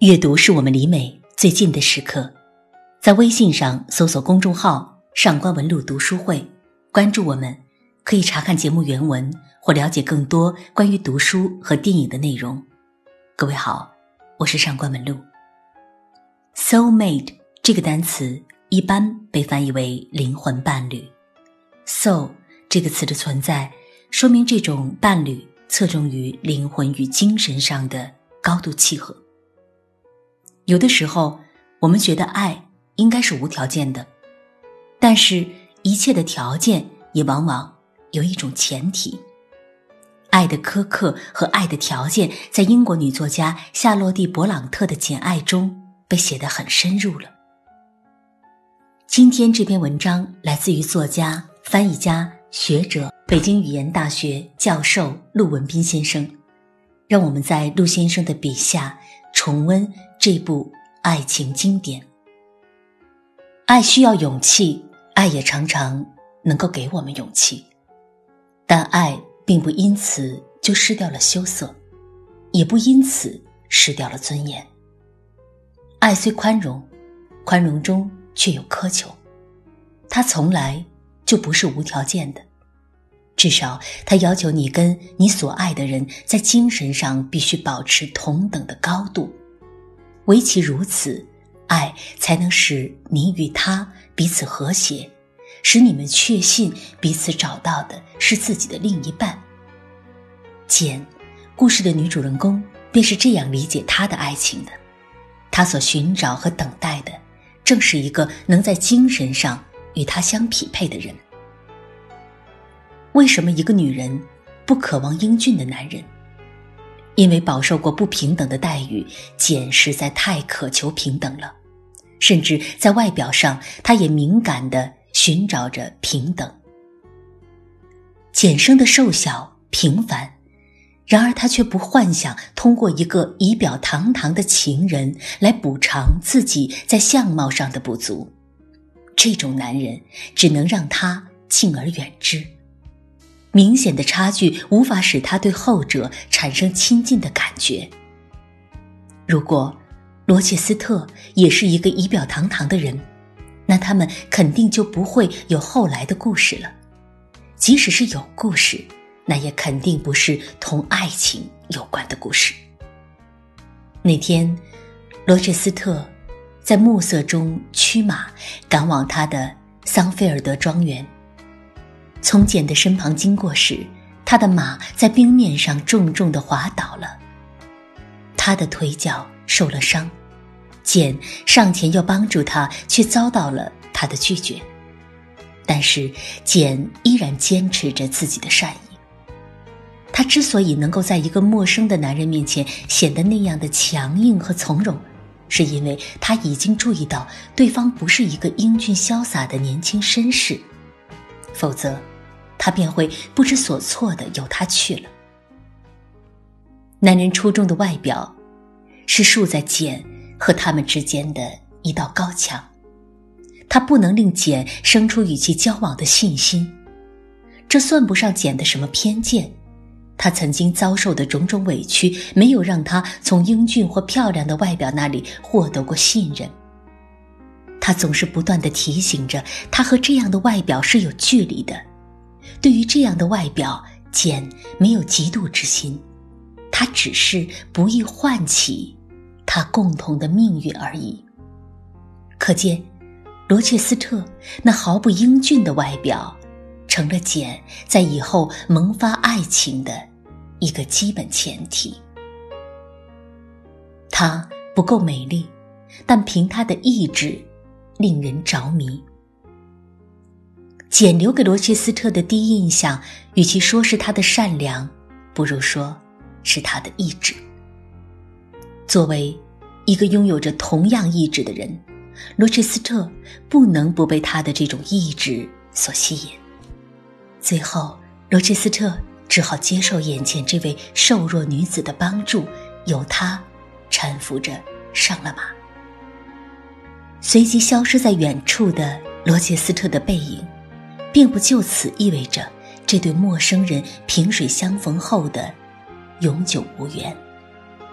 阅读是我们离美最近的时刻，在微信上搜索公众号上官文露读书会，关注我们，可以查看节目原文或了解更多关于读书和电影的内容。各位好，我是上官文露。 Soulmate 这个单词一般被翻译为灵魂伴侣。 Soul 这个词的存在说明这种伴侣侧重于灵魂与精神上的高度契合。有的时候我们觉得爱应该是无条件的，但是一切的条件也往往有一种前提。爱的苛刻和爱的条件在英国女作家夏洛蒂·勃朗特的《简爱》中被写得很深入了。今天这篇文章来自于作家、翻译家、学者、北京语言大学教授陆文斌先生，让我们在陆先生的笔下重温这部爱情经典。爱需要勇气，爱也常常能够给我们勇气，但爱并不因此就失掉了羞涩，也不因此失掉了尊严。爱虽宽容，宽容中却有苛求，它从来就不是无条件的，至少它要求你跟你所爱的人在精神上必须保持同等的高度，唯其如此，爱才能使你与他彼此和谐，使你们确信彼此找到的是自己的另一半。简，故事的女主人公便是这样理解她的爱情的，她所寻找和等待的正是一个能在精神上与她相匹配的人。为什么一个女人不渴望英俊的男人？因为饱受过不平等的待遇，简实在太渴求平等了，甚至在外表上她也敏感地寻找着平等。简生的瘦小平凡，然而她却不幻想通过一个仪表堂堂的情人来补偿自己在相貌上的不足，这种男人只能让她敬而远之。明显的差距无法使他对后者产生亲近的感觉。如果罗切斯特也是一个仪表堂堂的人，那他们肯定就不会有后来的故事了。即使是有故事，那也肯定不是同爱情有关的故事。那天，罗切斯特在暮色中驱马赶往他的桑菲尔德庄园。从简的身旁经过时，他的马在冰面上重重地滑倒了，他的腿脚受了伤，简上前要帮助他，却遭到了他的拒绝。但是简依然坚持着自己的善意。他之所以能够在一个陌生的男人面前显得那样的强硬和从容，是因为他已经注意到对方不是一个英俊潇洒的年轻绅士，否则他便会不知所措地由他去了。男人出众的外表是竖在简和他们之间的一道高墙，他不能令简生出与其交往的信心。这算不上简的什么偏见，他曾经遭受的种种委屈没有让他从英俊或漂亮的外表那里获得过信任。他总是不断地提醒着他和这样的外表是有距离的。对于这样的外表，简没有嫉妒之心，他只是不易唤起他共同的命运而已。可见罗切斯特那毫不英俊的外表成了简在以后萌发爱情的一个基本前提。她不够美丽，但凭她的意志令人着迷。简留给罗切斯特的第一印象，与其说是他的善良，不如说是他的意志。作为一个拥有着同样意志的人，罗切斯特不能不被他的这种意志所吸引。最后，罗切斯特只好接受眼前这位瘦弱女子的帮助，由她搀扶着上了马。随即消失在远处的罗切斯特的背影，并不就此意味着这对陌生人萍水相逢后的永久无缘。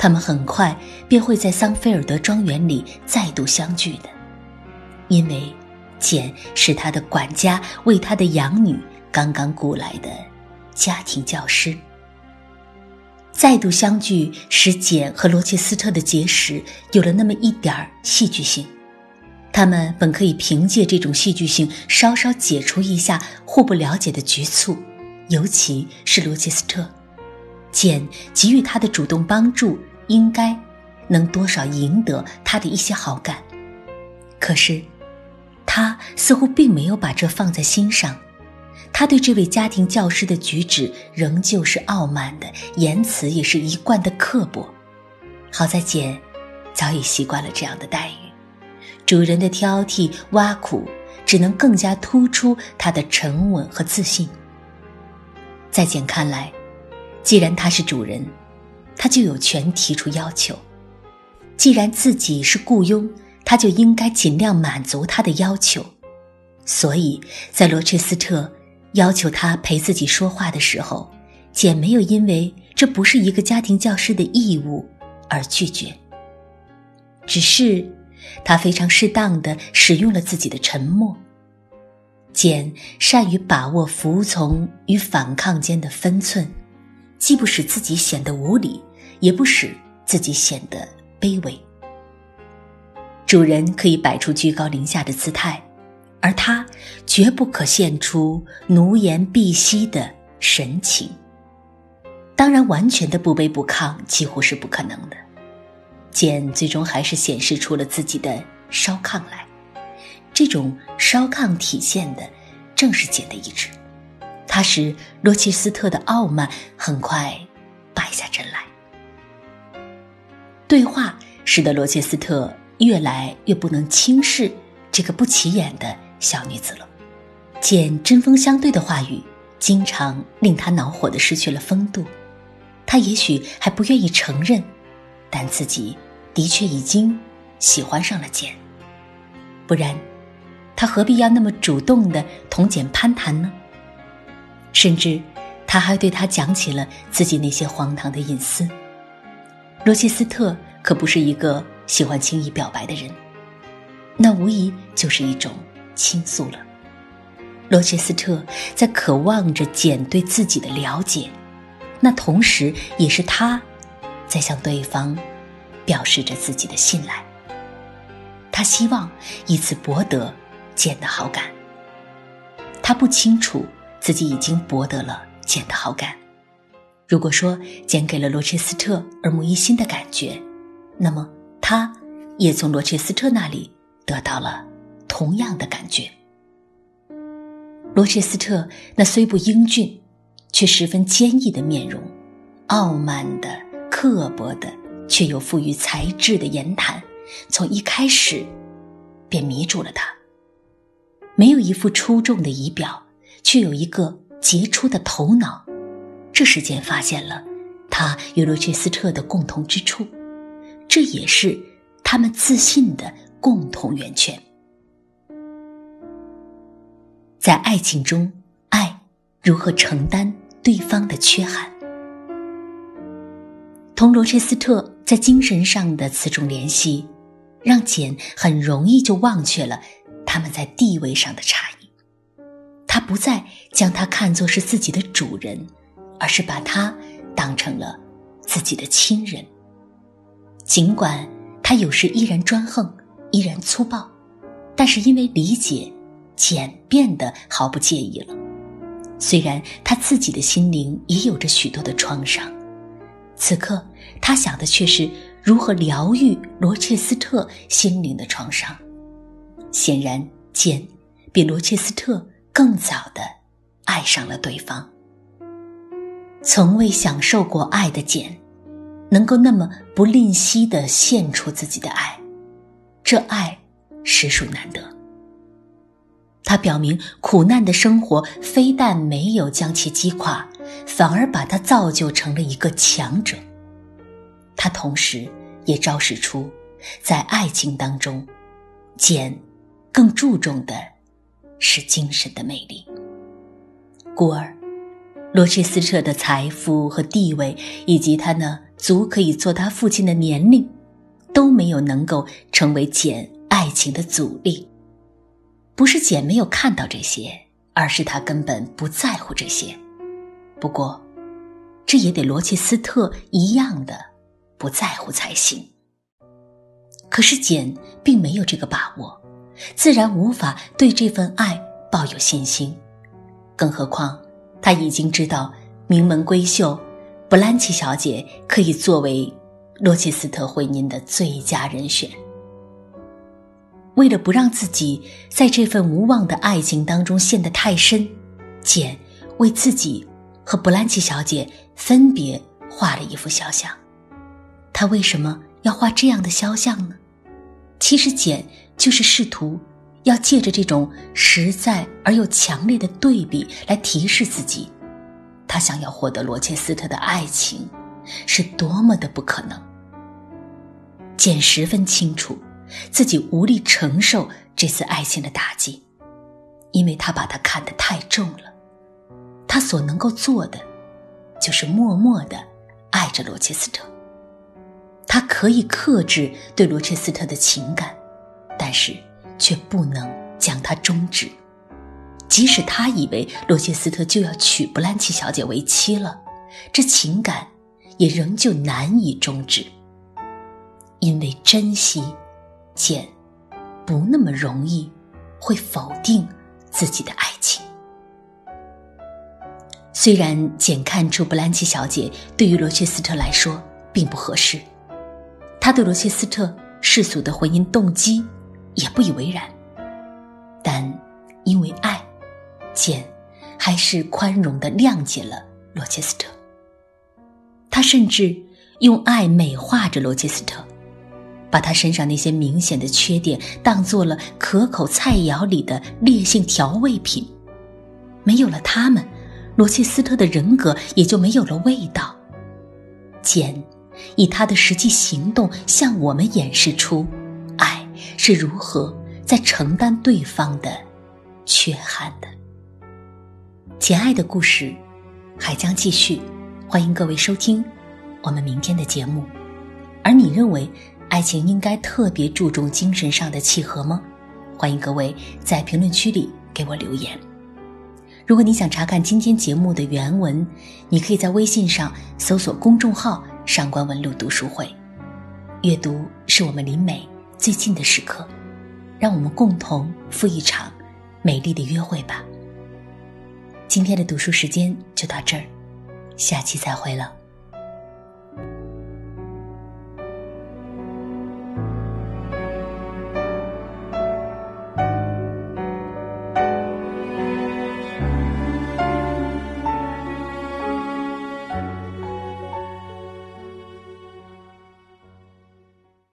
他们很快便会在桑菲尔德庄园里再度相聚的，因为简是他的管家为他的养女刚刚雇来的家庭教师。再度相聚使简和罗切斯特的结识有了那么一点戏剧性，他们本可以凭借这种戏剧性稍稍解除一下互不了解的局促，尤其是罗切斯特，简给予他的主动帮助应该能多少赢得他的一些好感。可是他似乎并没有把这放在心上，他对这位家庭教师的举止仍旧是傲慢的，言辞也是一贯的刻薄。好在简早已习惯了这样的待遇，主人的挑剔挖苦只能更加突出他的沉稳和自信。在简看来，既然他是主人，他就有权提出要求，既然自己是雇佣，他就应该尽量满足他的要求。所以在罗切斯特要求他陪自己说话的时候，简没有因为这不是一个家庭教师的义务而拒绝，只是他非常适当地使用了自己的沉默。简善于把握服从与反抗间的分寸，既不使自己显得无礼，也不使自己显得卑微。主人可以摆出居高临下的姿态，而他绝不可现出奴颜婢膝的神情。当然，完全的不卑不亢几乎是不可能的。简最终还是显示出了自己的稍亢来，这种稍亢体现的正是简的意志，他使罗切斯特的傲慢很快败下阵来。对话使得罗切斯特越来越不能轻视这个不起眼的小女子了。简针锋相对的话语经常令他恼火地失去了风度，他也许还不愿意承认，但自己的确已经喜欢上了简，不然他何必要那么主动地同简攀谈呢？甚至他还对他讲起了自己那些荒唐的隐私。罗切斯特可不是一个喜欢轻易表白的人，那无疑就是一种倾诉了。罗切斯特在渴望着简对自己的了解，那同时也是他在向对方表示着自己的信赖。他希望以此博得简的好感。他不清楚自己已经博得了简的好感。如果说简给了罗切斯特耳目一新的感觉，那么他也从罗切斯特那里得到了同样的感觉。罗切斯特那虽不英俊却十分坚毅的面容，傲慢的刻薄的却又富于才智的言谈，从一开始便迷住了他。没有一副出众的仪表，却有一个杰出的头脑，这使简发现了他与罗切斯特的共同之处，这也是他们自信的共同源泉。在爱情中，爱如何承担对方的缺憾？同罗切斯特在精神上的此种联系，让简很容易就忘却了他们在地位上的差异。他不再将他看作是自己的主人，而是把他当成了自己的亲人。尽管他有时依然专横，依然粗暴，但是因为理解，简变得毫不介意了。虽然他自己的心灵也有着许多的创伤，此刻他想的却是如何疗愈罗切斯特心灵的创伤。显然简比罗切斯特更早地爱上了对方。从未享受过爱的简，能够那么不吝惜地献出自己的爱，这爱实属难得。他表明苦难的生活非但没有将其击垮，反而把他造就成了一个强者。他同时也昭示出，在爱情当中，简更注重的是精神的魅力。故而罗切斯特的财富和地位，以及他那足可以做他父亲的年龄，都没有能够成为简爱情的阻力。不是简没有看到这些，而是他根本不在乎这些。不过这也得罗切斯特一样的不在乎才行。可是简并没有这个把握，自然无法对这份爱抱有信心。更何况他已经知道名门闺秀布兰奇小姐可以作为罗切斯特婚姻的最佳人选。为了不让自己在这份无望的爱情当中陷得太深，简为自己和布兰奇小姐分别画了一幅肖像。他为什么要画这样的肖像呢？其实简就是试图要借着这种实在而又强烈的对比来提示自己，他想要获得罗切斯特的爱情是多么的不可能。简十分清楚自己无力承受这次爱情的打击，因为他把他看得太重了。他所能够做的就是默默地爱着罗切斯特。他可以克制对罗切斯特的情感，但是却不能将它终止。即使他以为罗切斯特就要娶布兰奇小姐为妻了，这情感也仍旧难以终止。因为珍惜，简不那么容易会否定自己的爱情。虽然简看出布兰奇小姐对于罗切斯特来说并不合适，他对罗切斯特世俗的婚姻动机也不以为然，但因为爱，简还是宽容地谅解了罗切斯特。他甚至用爱美化着罗切斯特，把他身上那些明显的缺点当作了可口菜肴里的烈性调味品。没有了他们，罗切斯特的人格也就没有了味道。简以他的实际行动向我们演示出爱是如何在承担对方的缺憾的。简爱的故事还将继续，欢迎各位收听我们明天的节目。而你认为爱情应该特别注重精神上的契合吗？欢迎各位在评论区里给我留言。如果你想查看今天节目的原文，你可以在微信上搜索公众号上官文露读书会。阅读是我们离美最近的时刻，让我们共同赴一场美丽的约会吧。今天的读书时间就到这儿，下期再会了。